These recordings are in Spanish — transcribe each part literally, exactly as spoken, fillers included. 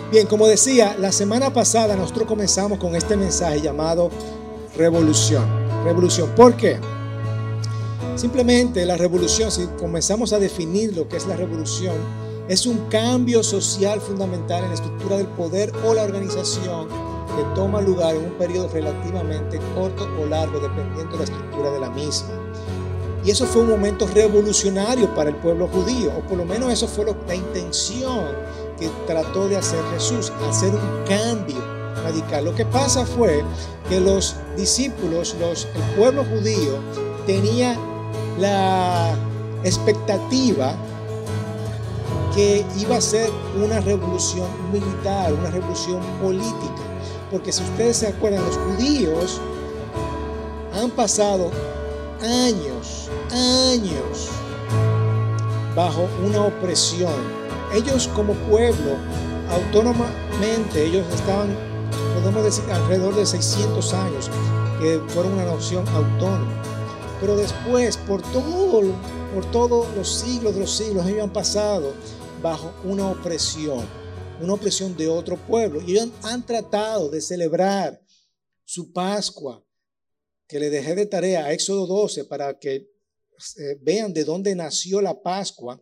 Bien, como decía, la semana pasada nosotros comenzamos con este mensaje llamado revolución. Revolución, ¿por qué? Simplemente la revolución, si comenzamos a definir lo que es la revolución, es un cambio social fundamental en la estructura del poder o la organización que toma lugar en un periodo relativamente corto o largo, dependiendo de la estructura de la misma. Y eso fue un momento revolucionario para el pueblo judío, o por lo menos eso fue lo, la intención que trató de hacer Jesús, hacer un cambio radical. Lo que pasa fue que los discípulos, los, el pueblo judío, tenía la expectativa que iba a ser una revolución militar, una revolución política. Porque si ustedes se acuerdan, los judíos han pasado años, años bajo una opresión. Ellos como pueblo, autónomamente, ellos estaban, podemos decir, alrededor de seiscientos años que fueron una nación autónoma. Pero después, por todo, por todos los siglos de los siglos, ellos han pasado bajo una opresión, una opresión de otro pueblo. Y ellos han tratado de celebrar su Pascua, que le dejé de tarea a Éxodo doce para que eh, vean de dónde nació la Pascua.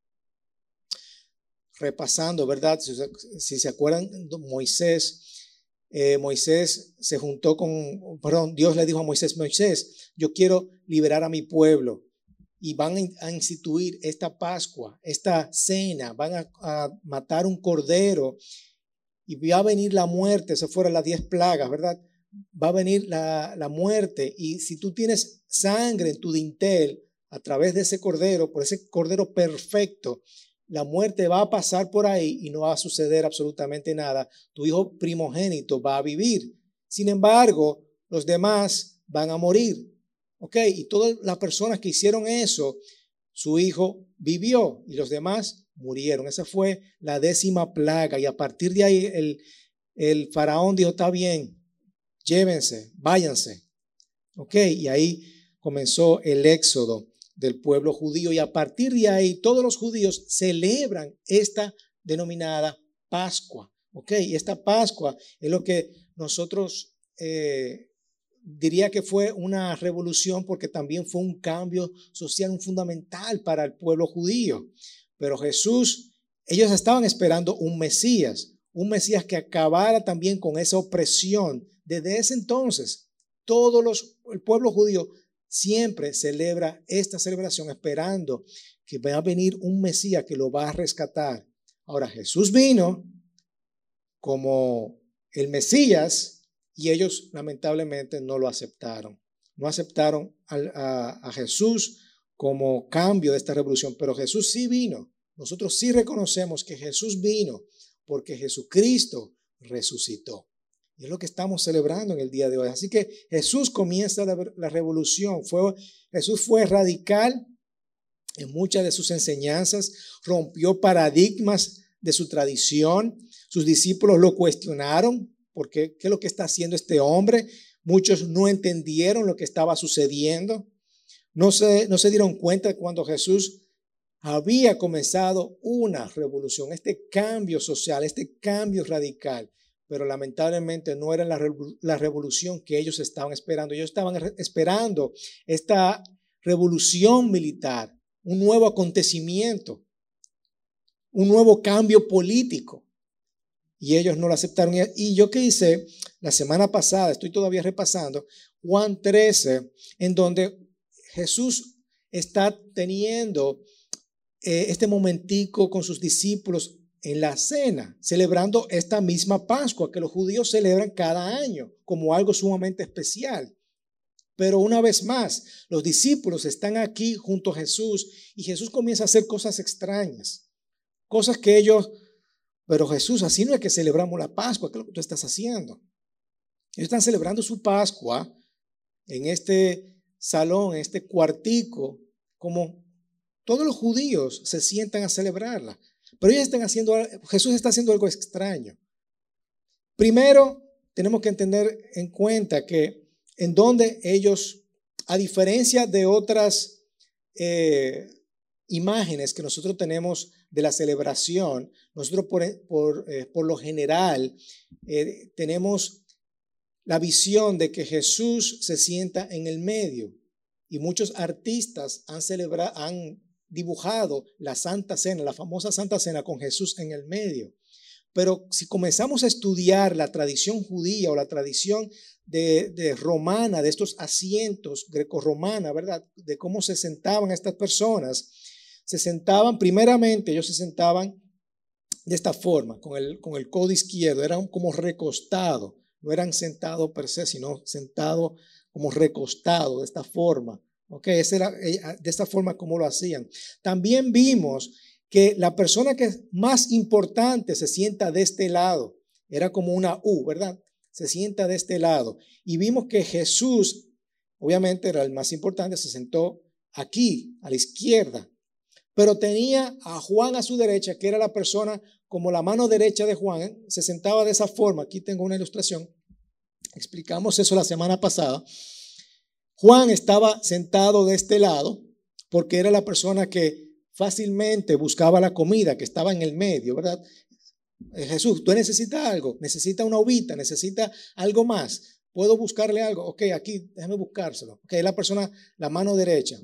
Repasando, ¿verdad? Si, si se acuerdan, Moisés, eh, Moisés se juntó con, perdón, Dios le dijo a Moisés, Moisés, yo quiero liberar a mi pueblo y van a instituir esta Pascua, esta cena, van a, a matar un cordero y va a venir la muerte, esas fueron las diez plagas, ¿verdad? Va a venir la, la muerte y si tú tienes sangre en tu dintel a través de ese cordero, por ese cordero perfecto, la muerte va a pasar por ahí y no va a suceder absolutamente nada. Tu hijo primogénito va a vivir. Sin embargo, los demás van a morir. ¿Ok? Y todas las personas que hicieron eso, su hijo vivió y los demás murieron. Esa fue la décima plaga. Y a partir de ahí el, el faraón dijo, está bien, llévense, váyanse. ¿Ok? Y ahí comenzó el éxodo del pueblo judío y a partir de ahí todos los judíos celebran esta denominada Pascua, ¿ok? Y esta Pascua es lo que nosotros eh, diría que fue una revolución porque también fue un cambio social, un fundamental para el pueblo judío. Pero Jesús, ellos estaban esperando un Mesías, un Mesías que acabara también con esa opresión. Desde ese entonces, todos los, el pueblo judío siempre celebra esta celebración esperando que va a venir un Mesías que lo va a rescatar. Ahora Jesús vino como el Mesías y ellos lamentablemente no lo aceptaron. No aceptaron a, a, a Jesús como cambio de esta revolución, pero Jesús sí vino. Nosotros sí reconocemos que Jesús vino porque Jesucristo resucitó. Y es lo que estamos celebrando en el día de hoy. Así que Jesús comienza la, la revolución. Fue, Jesús fue radical en muchas de sus enseñanzas, rompió paradigmas de su tradición. Sus discípulos lo cuestionaron, porque ¿qué es lo que está haciendo este hombre? Muchos no entendieron lo que estaba sucediendo. No se, no se dieron cuenta cuando Jesús había comenzado una revolución, este cambio social, este cambio radical. Pero lamentablemente no era la, la revolución que ellos estaban esperando. Ellos estaban esperando esta revolución militar, un nuevo acontecimiento, un nuevo cambio político. Y ellos no lo aceptaron. Y yo qué hice la semana pasada, estoy todavía repasando, Juan trece, en donde Jesús está teniendo eh, este momentico con sus discípulos en la cena, celebrando esta misma Pascua que los judíos celebran cada año como algo sumamente especial. Pero una vez más, los discípulos están aquí junto a Jesús y Jesús comienza a hacer cosas extrañas, cosas que ellos, pero Jesús, así no es que celebramos la Pascua, ¿qué es lo que tú estás haciendo? Ellos están celebrando su Pascua en este salón, en este cuartico, como todos los judíos se sientan a celebrarla. Pero ellos están haciendo, Jesús está haciendo algo extraño. Primero, tenemos que tener en cuenta que en donde ellos, a diferencia de otras eh, imágenes que nosotros tenemos de la celebración, nosotros por, por, eh, por lo general eh, tenemos la visión de que Jesús se sienta en el medio. Y muchos artistas han celebrado, han dibujado la Santa Cena, la famosa Santa Cena con Jesús en el medio. Pero si comenzamos a estudiar la tradición judía o la tradición de, de romana, de estos asientos grecorromana, ¿verdad? De cómo se sentaban estas personas, se sentaban, primeramente ellos se sentaban de esta forma, con el, con el codo izquierdo, eran como recostados, no eran sentados per se, sino sentados como recostados de esta forma. Ok, esa era de esta forma como lo hacían. También vimos que la persona que es más importante se sienta de este lado. Era como una U, ¿verdad? Se sienta de este lado. Y vimos que Jesús, obviamente era el más importante, se sentó aquí, a la izquierda. Pero tenía a Juan a su derecha, que era la persona como la mano derecha de Juan, ¿eh? Se sentaba de esa forma. Aquí tengo una ilustración. Explicamos eso la semana pasada. Juan estaba sentado de este lado porque era la persona que fácilmente buscaba la comida, que estaba en el medio, ¿verdad? Jesús, tú necesitas algo, necesitas una uvita, necesitas algo más. ¿Puedo buscarle algo? Ok, aquí, déjame buscárselo. Ok, la persona, la mano derecha.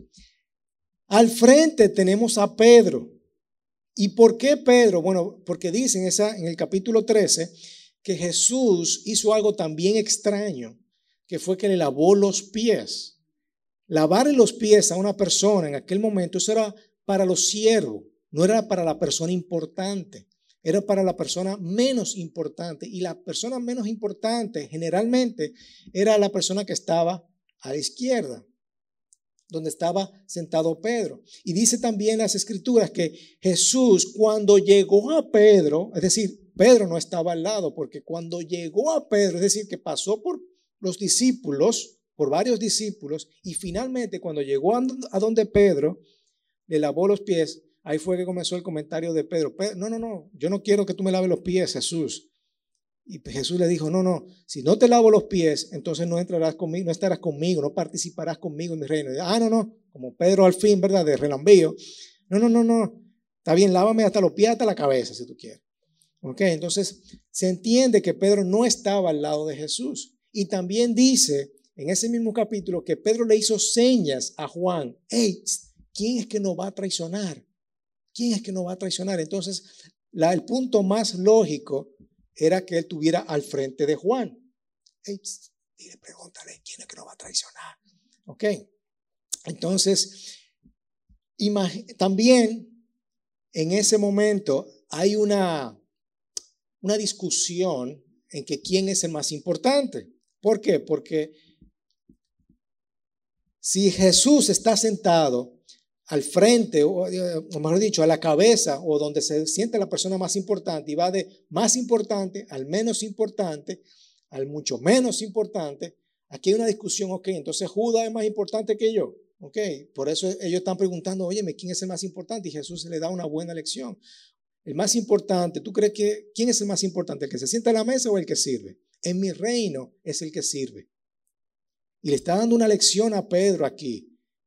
Al frente tenemos a Pedro. ¿Y por qué Pedro? Bueno, porque dicen esa, en el capítulo trece que Jesús hizo algo también extraño, que fue que le lavó los pies. Lavarle los pies a una persona en aquel momento, eso era para los siervos, no era para la persona importante, era para la persona menos importante. Y la persona menos importante generalmente era la persona que estaba a la izquierda, donde estaba sentado Pedro. Y dice también las escrituras que Jesús, cuando llegó a Pedro, es decir, Pedro no estaba al lado, porque cuando llegó a Pedro, es decir, que pasó por los discípulos, por varios discípulos, y finalmente cuando llegó a donde Pedro, le lavó los pies, ahí fue que comenzó el comentario de Pedro. Pedro, no, no, no, yo no quiero que tú me laves los pies, Jesús. Y Jesús le dijo, no, no, si no te lavo los pies, entonces no entrarás conmigo, no estarás conmigo, no participarás conmigo en mi reino. Y, ah, no, no, como Pedro al fin, ¿verdad? De relambío. No, no, no, no, está bien, lávame hasta los pies, hasta la cabeza, si tú quieres. Ok, entonces se entiende que Pedro no estaba al lado de Jesús. Y también dice en ese mismo capítulo que Pedro le hizo señas a Juan. Hey, ¿quién es que nos va a traicionar? ¿Quién es que nos va a traicionar? Entonces, la, el punto más lógico era que él tuviera al frente de Juan. Hey, dile, pregúntale, ¿quién es que nos va a traicionar? Ok, entonces, también en ese momento hay una, una discusión en que quién es el más importante. ¿Por qué? Porque si Jesús está sentado al frente, o, o mejor dicho, a la cabeza, o donde se siente la persona más importante, y va de más importante al menos importante, al mucho menos importante, aquí hay una discusión. Ok, entonces Judas es más importante que yo. Ok, por eso ellos están preguntando, óyeme, ¿quién es el más importante? Y Jesús le da una buena lección. El más importante, ¿tú crees que quién es el más importante? ¿El que se sienta a la mesa o el que sirve? En mi reino es el que sirve. Y le está dando una lección a Pedro aquí.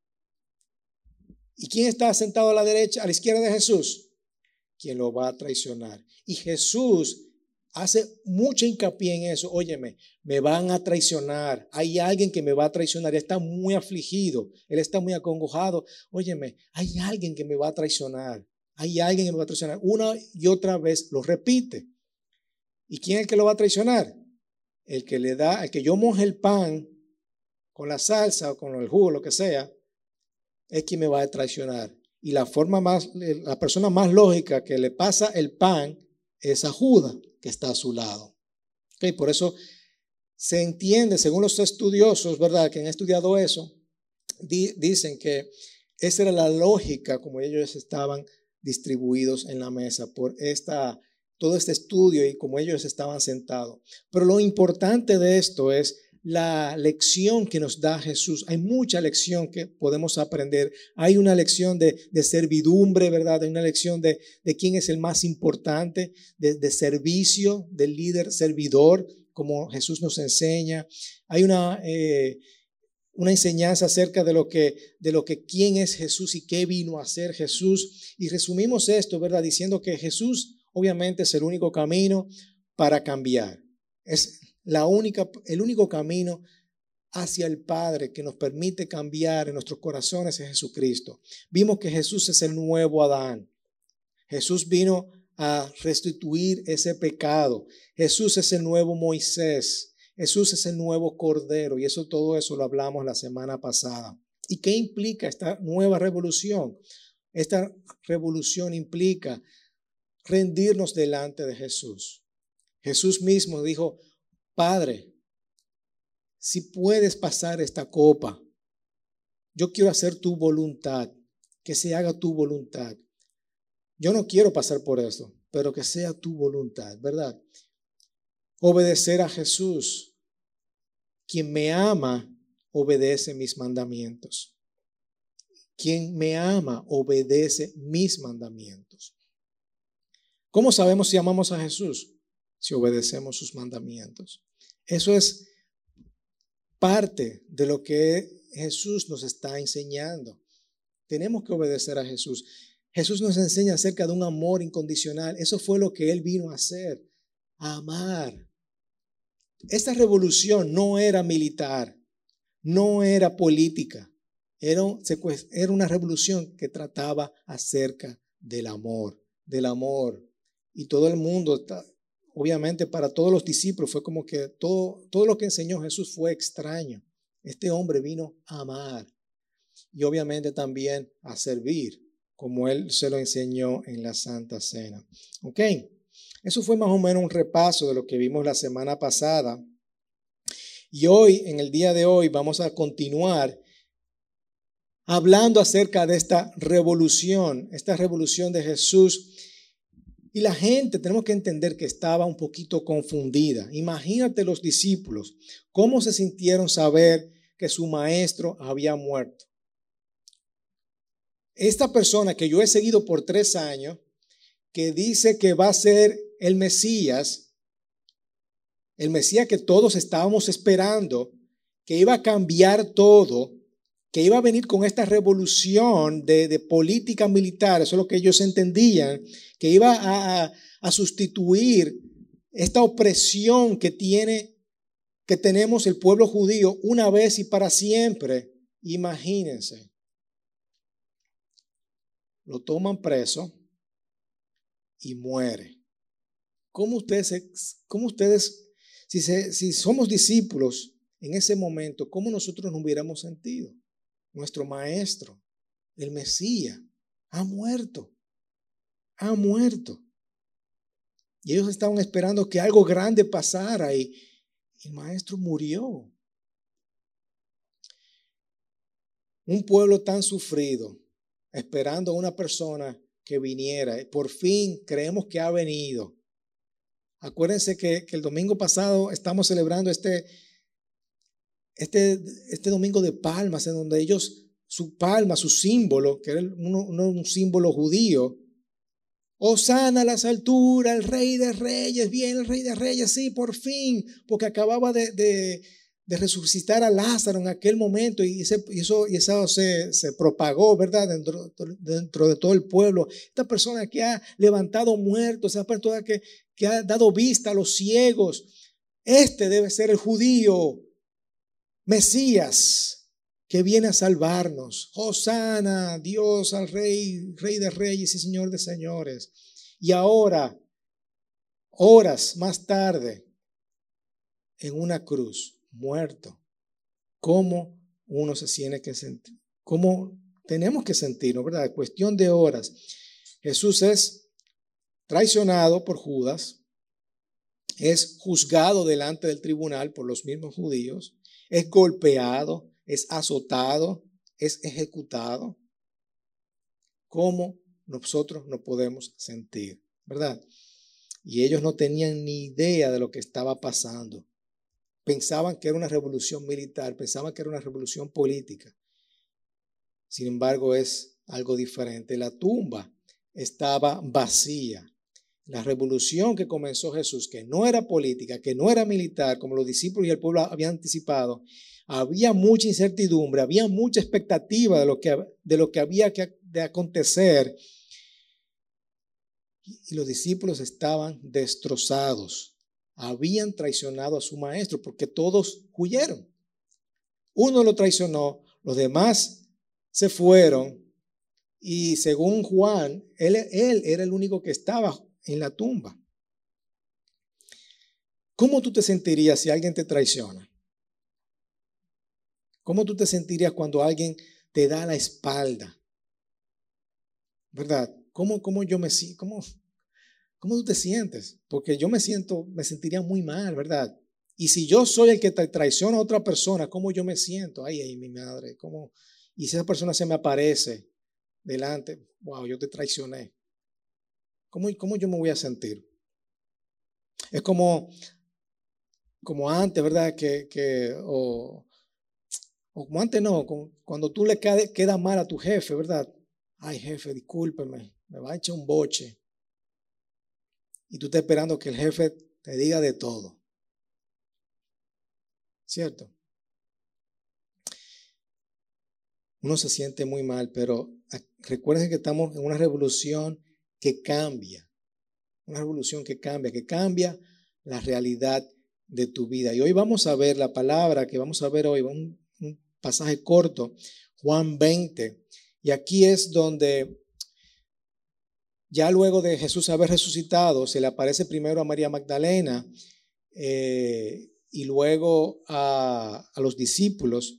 ¿Y quién está sentado a la derecha, a la izquierda de Jesús? Quien lo va a traicionar. Y Jesús hace mucho hincapié en eso. Óyeme, me van a traicionar. Hay alguien que me va a traicionar. Él está muy afligido. Él está muy acongojado. Óyeme, hay alguien que me va a traicionar. Hay alguien que me va a traicionar. Una y otra vez lo repite. ¿Y quién es el que lo va a traicionar? El que le da, el que yo moje el pan con la salsa o con el jugo, lo que sea, es quien me va a traicionar. Y la forma más, la persona más lógica que le pasa el pan es a Judas, que está a su lado. Okay, por eso se entiende, según los estudiosos, ¿verdad?, que han estudiado eso, di, dicen que esa era la lógica como ellos estaban distribuidos en la mesa por esta, todo este estudio y como ellos estaban sentados. Pero lo importante de esto es la lección que nos da Jesús. Hay mucha lección que podemos aprender. Hay una lección de, de servidumbre, ¿verdad? Hay una lección de, de quién es el más importante, de, de servicio, del líder servidor, como Jesús nos enseña. Hay una, eh, una enseñanza acerca de lo que, de lo que quién es Jesús y qué vino a hacer Jesús. Y resumimos esto, ¿verdad? Diciendo que Jesús obviamente es el único camino para cambiar. Es la única, el único camino hacia el Padre que nos permite cambiar en nuestros corazones es Jesucristo. Vimos que Jesús es el nuevo Adán. Jesús vino a restituir ese pecado. Jesús es el nuevo Moisés. Jesús es el nuevo Cordero. Y eso, todo eso lo hablamos la semana pasada. ¿Y qué implica esta nueva revolución? Esta revolución implica rendirnos delante de Jesús. Jesús mismo dijo: Padre, si puedes pasar esta copa, yo quiero hacer tu voluntad, que se haga tu voluntad. Yo no quiero pasar por eso, pero que sea tu voluntad, ¿verdad? Obedecer a Jesús. Quien me ama, obedece mis mandamientos. Quien me ama, obedece mis mandamientos. ¿Cómo sabemos si amamos a Jesús? Si obedecemos sus mandamientos. Eso es parte de lo que Jesús nos está enseñando. Tenemos que obedecer a Jesús. Jesús nos enseña acerca de un amor incondicional. Eso fue lo que Él vino a hacer, a amar. Esta revolución no era militar, no era política, era, era una revolución que trataba acerca del amor, del amor. Y todo el mundo está... Obviamente para todos los discípulos fue como que todo, todo lo que enseñó Jesús fue extraño. Este hombre vino a amar y obviamente también a servir, como él se lo enseñó en la Santa Cena. Ok, eso fue más o menos un repaso de lo que vimos la semana pasada. Y hoy, en el día de hoy, vamos a continuar hablando acerca de esta revolución, esta revolución de Jesús. Y la gente, tenemos que entender que estaba un poquito confundida. Imagínate los discípulos, cómo se sintieron saber que su maestro había muerto. Esta persona que yo he seguido por tres años, que dice que va a ser el Mesías, el Mesías que todos estábamos esperando, que iba a cambiar todo, que iba a venir con esta revolución de, de política militar, eso es lo que ellos entendían, que iba a, a, a sustituir esta opresión que tiene, que tenemos el pueblo judío una vez y para siempre. Imagínense, lo toman preso y muere. ¿Cómo ustedes, cómo ustedes si, se, si somos discípulos en ese momento, cómo nosotros nos hubiéramos sentido? Nuestro maestro, el Mesías, ha muerto. Ha muerto. Y ellos estaban esperando que algo grande pasara y el maestro murió. Un pueblo tan sufrido, esperando a una persona que viniera. Por fin creemos que ha venido. Acuérdense que, que el domingo pasado estamos celebrando este... Este, este domingo de palmas, en donde ellos, su palma, su símbolo, que era un, un, un símbolo judío, Hosana a las alturas, el rey de reyes, viene el rey de reyes, sí, por fin, porque acababa de, de, de resucitar a Lázaro en aquel momento y, ese, y eso, y eso se, se propagó, ¿verdad? Dentro, dentro de todo el pueblo. Esta persona que ha levantado muertos, esa persona que, que ha dado vista a los ciegos, este debe ser el judío Mesías que viene a salvarnos. Hosana, Dios al Rey, Rey de Reyes y Señor de Señores. Y ahora, horas más tarde, en una cruz, muerto. ¿Cómo uno se tiene que sentir? ¿Cómo tenemos que sentirnos, verdad? Cuestión de horas. Jesús es traicionado por Judas, es juzgado delante del tribunal por los mismos judíos, es golpeado, es azotado, es ejecutado. ¿Cómo nosotros nos podemos sentir? ¿Verdad? Y ellos no tenían ni idea de lo que estaba pasando. Pensaban que era una revolución militar, pensaban que era una revolución política. Sin embargo, es algo diferente. La tumba estaba vacía. La revolución que comenzó Jesús, que no era política, que no era militar, como los discípulos y el pueblo habían anticipado, había mucha incertidumbre, había mucha expectativa de lo que, de lo que había que de acontecer. Y los discípulos estaban destrozados. Habían traicionado a su maestro porque todos huyeron. Uno lo traicionó, los demás se fueron. Y según Juan, él, él era el único que estaba en la tumba. ¿Cómo tú te sentirías si alguien te traiciona? ¿Cómo tú te sentirías cuando alguien te da la espalda? ¿Verdad? ¿Cómo, cómo yo me siento? ¿Cómo, ¿Cómo tú te sientes? Porque yo me siento, me sentiría muy mal, ¿verdad? Y si yo soy el que te traiciona a otra persona, ¿cómo yo me siento? Ay, ay, mi madre, ¿cómo? Y si esa persona se me aparece delante, wow, yo te traicioné. ¿Cómo, cómo yo me voy a sentir? Es como, como antes, ¿verdad? Que, que, o, o como antes no, como cuando tú le quedas queda mal a tu jefe, ¿verdad? Ay, jefe, discúlpeme, me va a echar un boche. Y tú estás esperando que el jefe te diga de todo. ¿Cierto? Uno se siente muy mal, pero recuerden que estamos en una revolución que cambia. Una revolución que cambia, que cambia la realidad de tu vida. Y hoy vamos a ver la palabra que vamos a ver hoy, un, un pasaje corto, Juan veinte. Y aquí es donde ya luego de Jesús haber resucitado, se le aparece primero a María Magdalena eh, y luego a, a los discípulos.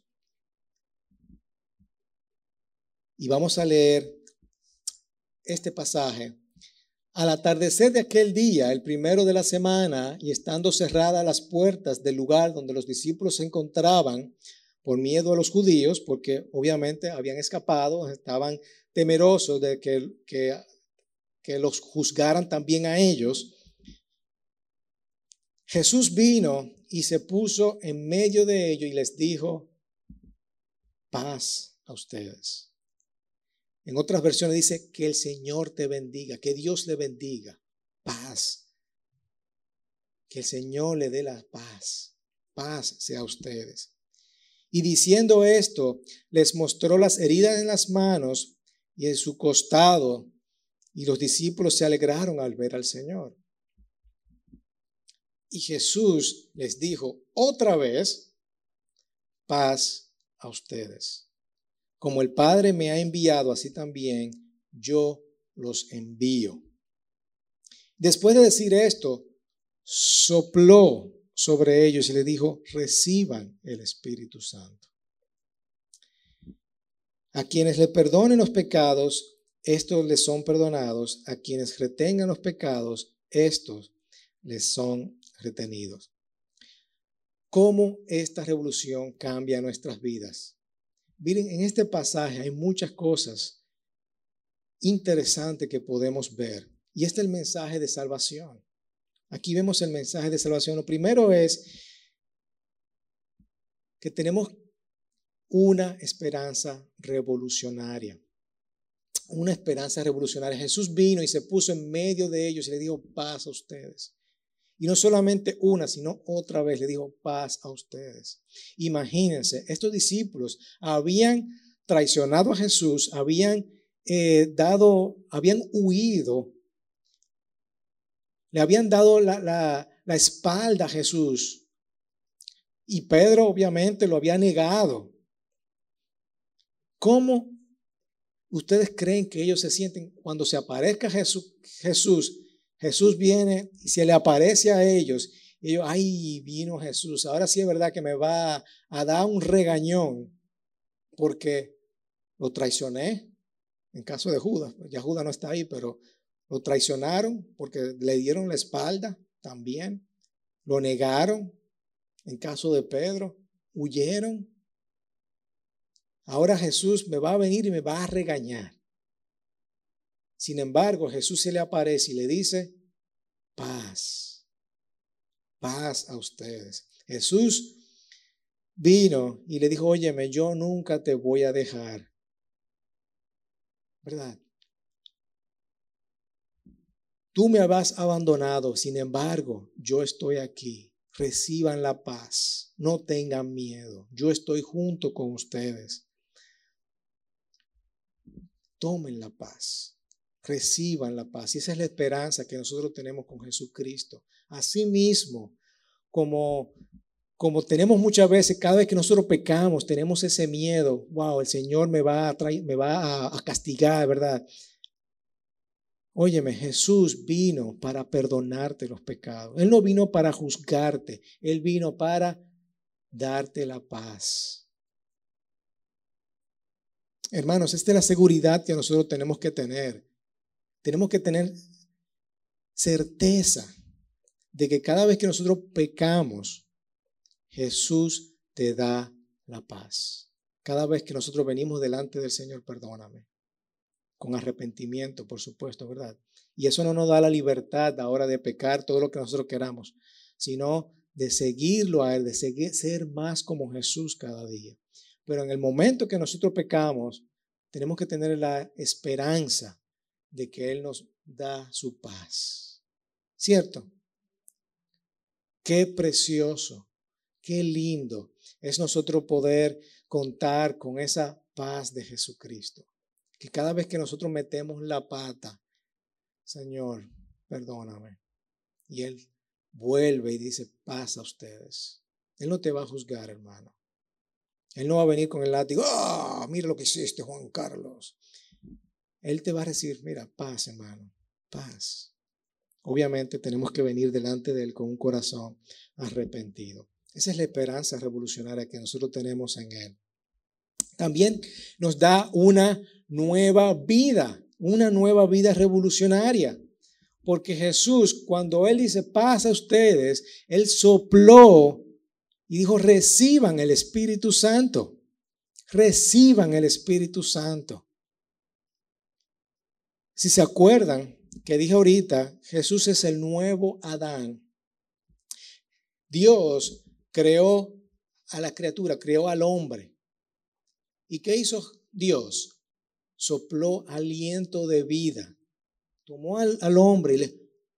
Y vamos a leer este pasaje. Al atardecer de aquel día, el primero de la semana, y estando cerradas las puertas del lugar donde los discípulos se encontraban por miedo a los judíos, porque obviamente habían escapado, estaban temerosos de que, que, que los juzgaran también a ellos, Jesús vino y se puso en medio de ellos y les dijo, paz a ustedes. En otras versiones dice que el Señor te bendiga, que Dios le bendiga. Paz. Que el Señor le dé la paz. Paz sea a ustedes. Y diciendo esto, les mostró las heridas en las manos y en su costado. Y los discípulos se alegraron al ver al Señor. Y Jesús les dijo otra vez, paz a ustedes. Como el Padre me ha enviado, así también yo los envío. Después de decir esto, sopló sobre ellos y les dijo, reciban el Espíritu Santo. A quienes le perdonen los pecados, estos les son perdonados. A quienes retengan los pecados, estos les son retenidos. ¿Cómo esta revolución cambia nuestras vidas? Miren, en este pasaje hay muchas cosas interesantes que podemos ver. Y este es el mensaje de salvación. Aquí vemos el mensaje de salvación. Lo primero es que tenemos una esperanza revolucionaria. Una esperanza revolucionaria. Jesús vino y se puso en medio de ellos y le dijo paz a ustedes. Y no solamente una, sino otra vez le dijo paz a ustedes. Imagínense, estos discípulos habían traicionado a Jesús, habían eh, dado, habían huido, le habían dado la, la, la espalda a Jesús. Y Pedro obviamente lo había negado. ¿Cómo ustedes creen que ellos se sienten cuando se aparezca Jesús? Jesús Jesús viene y se le aparece a ellos. Y ellos, ay, vino Jesús. Ahora sí es verdad que me va a dar un regañón porque lo traicioné. En caso de Judas, ya Judas no está ahí, pero lo traicionaron porque le dieron la espalda también. Lo negaron. En caso de Pedro, huyeron. Ahora Jesús me va a venir y me va a regañar. Sin embargo, Jesús se le aparece y le dice, paz, paz a ustedes. Jesús vino y le dijo, óyeme, yo nunca te voy a dejar. ¿Verdad? Tú me habías abandonado, sin embargo, yo estoy aquí. Reciban la paz, no tengan miedo. Yo estoy junto con ustedes. Tomen la paz, reciban la paz. Y esa es la esperanza que nosotros tenemos con Jesucristo. Asimismo, como, como tenemos muchas veces, cada vez que nosotros pecamos, tenemos ese miedo. Wow, el Señor me va a, traer, me va a, a castigar, ¿verdad? Óyeme, Jesús vino para perdonarte los pecados. Él no vino para juzgarte. Él vino para darte la paz. Hermanos, esta es la seguridad que nosotros tenemos que tener. Tenemos que tener certeza de que cada vez que nosotros pecamos, Jesús te da la paz. Cada vez que nosotros venimos delante del Señor, perdóname. Con arrepentimiento, por supuesto, ¿verdad? Y eso no nos da la libertad ahora de pecar todo lo que nosotros queramos, sino de seguirlo a Él, de seguir, ser más como Jesús cada día. Pero en el momento que nosotros pecamos, tenemos que tener la esperanza de que Él nos da su paz. ¿Cierto? Qué precioso, qué lindo es nosotros poder contar con esa paz de Jesucristo. Que cada vez que nosotros metemos la pata, Señor, perdóname. Y Él vuelve y dice, paz a ustedes. Él no te va a juzgar, hermano. Él no va a venir con el látigo, ¡ah! Mira lo que hiciste, Juan Carlos. Él te va a decir, mira, paz, hermano, paz. Obviamente tenemos que venir delante de Él con un corazón arrepentido. Esa es la esperanza revolucionaria que nosotros tenemos en Él. También nos da una nueva vida, una nueva vida revolucionaria. Porque Jesús, cuando Él dice, paz a ustedes, Él sopló y dijo, reciban el Espíritu Santo. Reciban el Espíritu Santo. Si se acuerdan que dije ahorita, Jesús es el nuevo Adán. Dios creó a la criatura, creó al hombre. ¿Y qué hizo Dios? Sopló aliento de vida. Tomó al, al hombre y le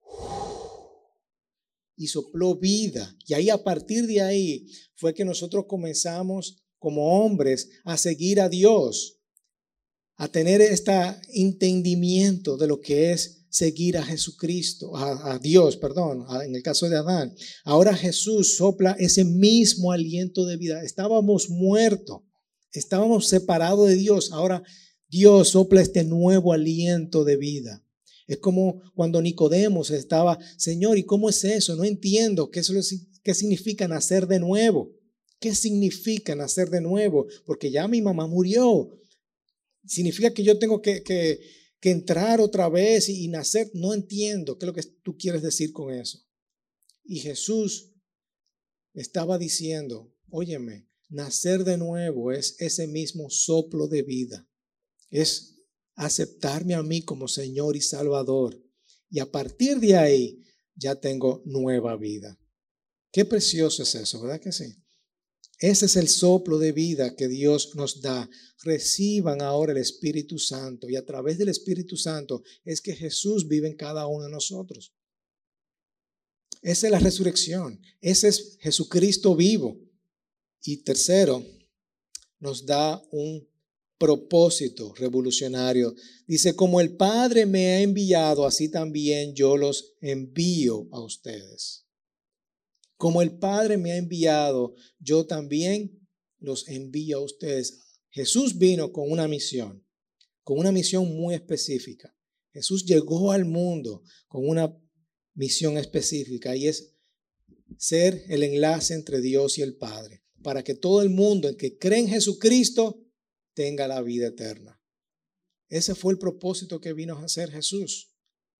y sopló vida. Y ahí, a partir de ahí, fue que nosotros comenzamos como hombres a seguir a Dios, a tener este entendimiento de lo que es seguir a Jesucristo, a, a Dios, perdón, a, en el caso de Adán. Ahora Jesús sopla ese mismo aliento de vida. Estábamos muertos, estábamos separados de Dios. Ahora Dios sopla este nuevo aliento de vida. Es como cuando Nicodemos estaba, Señor, ¿y cómo es eso? No entiendo. ¿Qué, eso, qué significa nacer de nuevo? ¿Qué significa nacer de nuevo? Porque ya mi mamá murió. ¿Significa que yo tengo que, que, que entrar otra vez y, y nacer? No entiendo. ¿Qué es lo que tú quieres decir con eso? Y Jesús estaba diciendo, óyeme, nacer de nuevo es ese mismo soplo de vida. Es aceptarme a mí como Señor y Salvador. Y a partir de ahí ya tengo nueva vida. Qué precioso es eso, ¿verdad que sí? Ese es el soplo de vida que Dios nos da. Reciban ahora el Espíritu Santo y a través del Espíritu Santo es que Jesús vive en cada uno de nosotros. Esa es la resurrección. Ese es Jesucristo vivo. Y tercero, nos da un propósito revolucionario. Dice, como el Padre me ha enviado, así también yo los envío a ustedes. Como el Padre me ha enviado, yo también los envío a ustedes. Jesús vino con una misión, con una misión muy específica. Jesús llegó al mundo con una misión específica y es ser el enlace entre Dios y el Padre, para que todo el mundo en que cree en Jesucristo tenga la vida eterna. Ese fue el propósito que vino a hacer Jesús.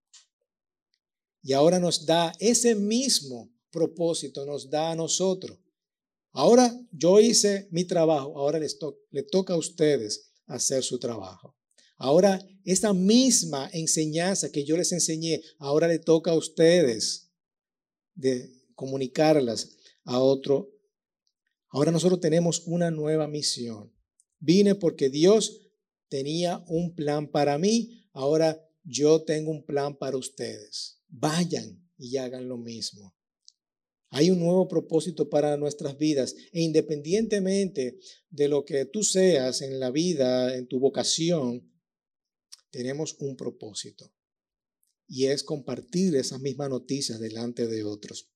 Y ahora nos da ese mismo propósito, nos da a nosotros. Ahora yo hice mi trabajo, ahora les to- le toca a ustedes hacer su trabajo. Ahora esa misma enseñanza que yo les enseñé, ahora le toca a ustedes de comunicarlas a otro. Ahora nosotros tenemos una nueva misión. Vine porque Dios tenía un plan para mí. Ahora yo tengo un plan para ustedes. Vayan y hagan lo mismo. Hay un nuevo propósito para nuestras vidas e independientemente de lo que tú seas en la vida, en tu vocación, tenemos un propósito y es compartir esas mismas noticias delante de otros.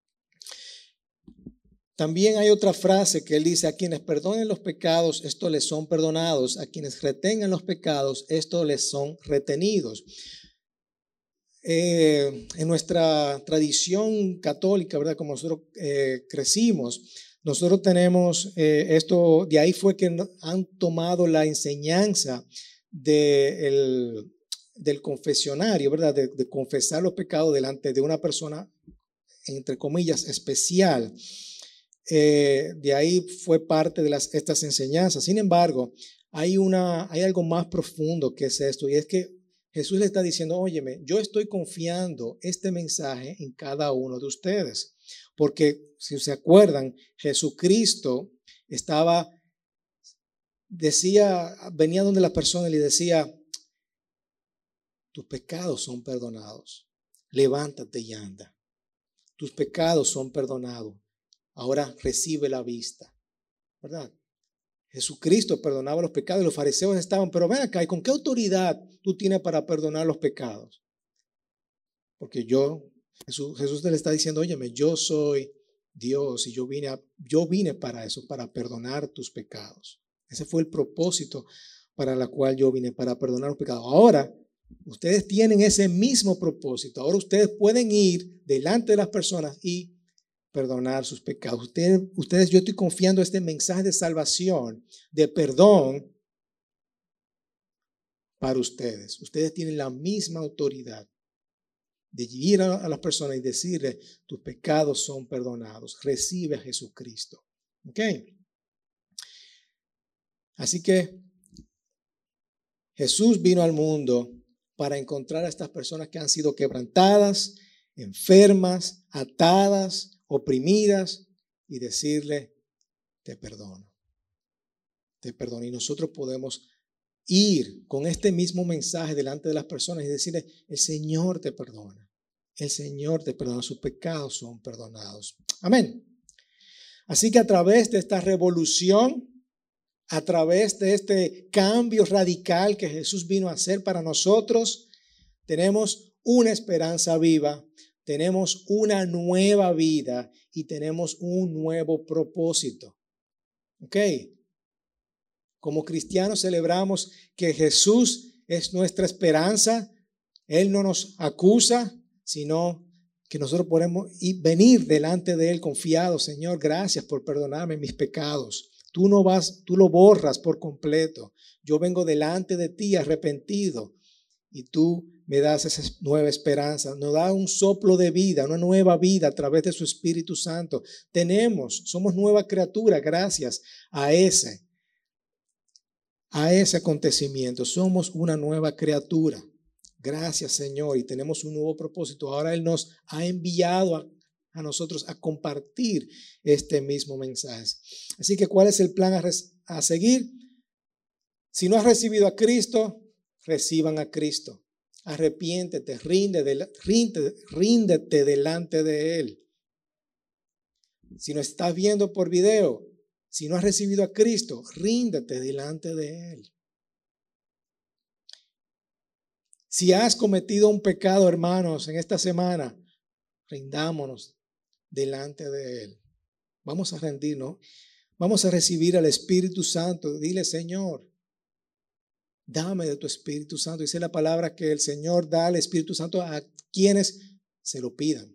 También hay otra frase que él dice: a quienes perdonen los pecados, estos les son perdonados; a quienes retengan los pecados, estos les son retenidos. Eh, en nuestra tradición católica, ¿verdad? Como nosotros eh, crecimos, nosotros tenemos eh, esto, de ahí fue que han tomado la enseñanza de el, del confesionario, ¿verdad? De, de confesar los pecados delante de una persona, entre comillas, especial. Eh, de ahí fue parte de las, estas enseñanzas. Sin embargo, hay, una, hay algo más profundo que es esto, y es que Jesús le está diciendo: óyeme, yo estoy confiando este mensaje en cada uno de ustedes. Porque si se acuerdan, Jesucristo estaba, decía, venía donde la persona y le decía: tus pecados son perdonados, levántate y anda. Tus pecados son perdonados, ahora recibe la vista, ¿verdad? Jesucristo perdonaba los pecados y los fariseos estaban, pero ven acá, ¿y con qué autoridad tú tienes para perdonar los pecados? Porque yo, Jesús, Jesús le está diciendo: óyeme, yo soy Dios y yo vine, a, yo vine para eso, para perdonar tus pecados. Ese fue el propósito para el cual yo vine, para perdonar los pecados. Ahora, ustedes tienen ese mismo propósito. Ahora ustedes pueden ir delante de las personas y perdonar sus pecados. Ustedes, ustedes, yo estoy confiando este mensaje de salvación, de perdón para ustedes. Ustedes tienen la misma autoridad de ir a, a las personas y decirle: tus pecados son perdonados. Recibe a Jesucristo. ¿Ok? Así que Jesús vino al mundo para encontrar a estas personas que han sido quebrantadas, enfermas, atadas, oprimidas, y decirle: te perdono, te perdono. Y nosotros podemos ir con este mismo mensaje delante de las personas y decirle: el Señor te perdona, el Señor te perdona, sus pecados son perdonados. Amén. Así que a través de esta revolución, a través de este cambio radical que Jesús vino a hacer para nosotros, tenemos una esperanza viva. Tenemos una nueva vida y tenemos un nuevo propósito. ¿Ok? Como cristianos celebramos que Jesús es nuestra esperanza. Él no nos acusa, sino que nosotros podemos ir, venir delante de Él confiados: Señor, gracias por perdonarme mis pecados. Tú no vas, tú lo borras por completo. Yo vengo delante de ti arrepentido y tú me das esa nueva esperanza, nos da un soplo de vida, una nueva vida a través de su Espíritu Santo. Tenemos, somos nueva criatura gracias a ese, a ese acontecimiento. Somos una nueva criatura. Gracias, Señor, y tenemos un nuevo propósito. Ahora Él nos ha enviado a, a nosotros a compartir este mismo mensaje. Así que, ¿cuál es el plan a, res, a seguir? Si no has recibido a Cristo, reciban a Cristo. Arrepiéntete, ríndete, ríndete, ríndete delante de Él. Si no estás viendo por video, si no has recibido a Cristo, ríndete delante de Él. Si has cometido un pecado, hermanos, en esta semana, rindámonos delante de Él. Vamos a rendirnos. Vamos a recibir al Espíritu Santo. Dile: Señor, dame de tu Espíritu Santo. Dice la palabra que el Señor da al Espíritu Santo a quienes se lo pidan.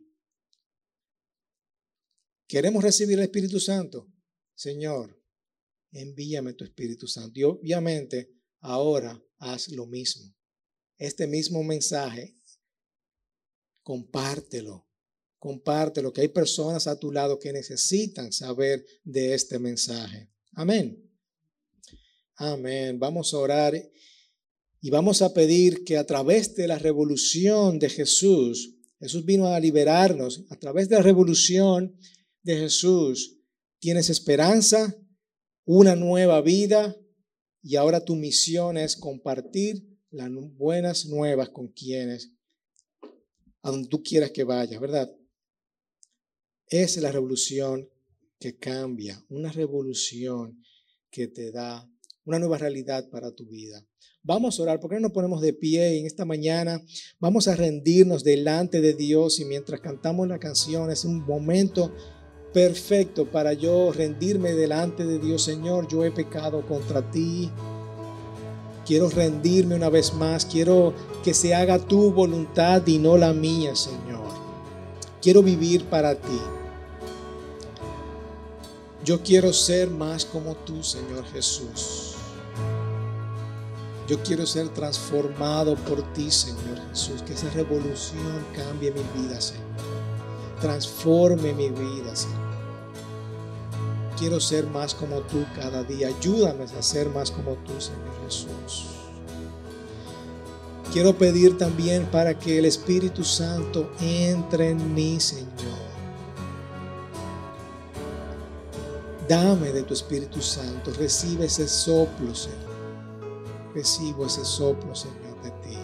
¿Queremos recibir el Espíritu Santo? Señor, envíame tu Espíritu Santo. Y obviamente ahora haz lo mismo. Este mismo mensaje, compártelo. Compártelo, que hay personas a tu lado que necesitan saber de este mensaje. Amén. Amén. Vamos a orar y vamos a pedir que a través de la revolución de Jesús, Jesús vino a liberarnos. A través de la revolución de Jesús tienes esperanza, una nueva vida, y ahora tu misión es compartir las buenas nuevas con quienes, a donde tú quieras que vayas, ¿verdad? Esa es la revolución que cambia, una revolución que te da una nueva realidad para tu vida. Vamos a orar, ¿por qué no nos ponemos de pie? Y en esta mañana vamos a rendirnos delante de Dios, y mientras cantamos la canción es un momento perfecto para yo rendirme delante de Dios. Señor, yo he pecado contra ti. Quiero rendirme una vez más. Quiero que se haga tu voluntad y no la mía, Señor. Quiero vivir para ti. Yo quiero ser más como tú, Señor Jesús. Yo quiero ser transformado por ti, Señor Jesús. Que esa revolución cambie mi vida, Señor. Transforme mi vida, Señor. Quiero ser más como tú cada día. Ayúdame a ser más como tú, Señor Jesús. Quiero pedir también para que el Espíritu Santo entre en mí, Señor. Dame de tu Espíritu Santo. Recibe ese soplo, Señor. Recibo ese soplo, Señor, de ti.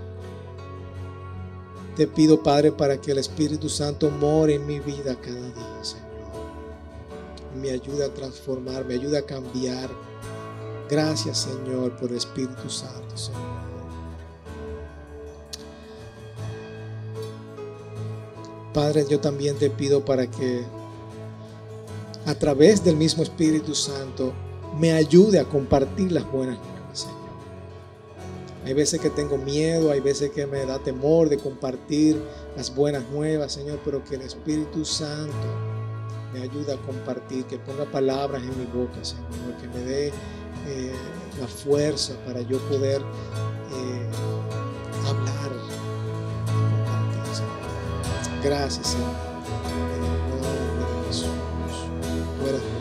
Te pido, Padre, para que el Espíritu Santo more en mi vida cada día, Señor. Me ayude a transformar, me ayude a cambiar. Gracias, Señor, por el Espíritu Santo, Señor. Padre, yo también te pido para que a través del mismo Espíritu Santo me ayude a compartir las buenas nuevas, Señor. Hay veces que tengo miedo, hay veces que me da temor de compartir las buenas nuevas, Señor, pero que el Espíritu Santo me ayude a compartir, que ponga palabras en mi boca, Señor, que me dé eh, la fuerza para yo poder eh, hablar y compartir, Señor. Gracias, Señor. En el nombre de Jesús. Tú eres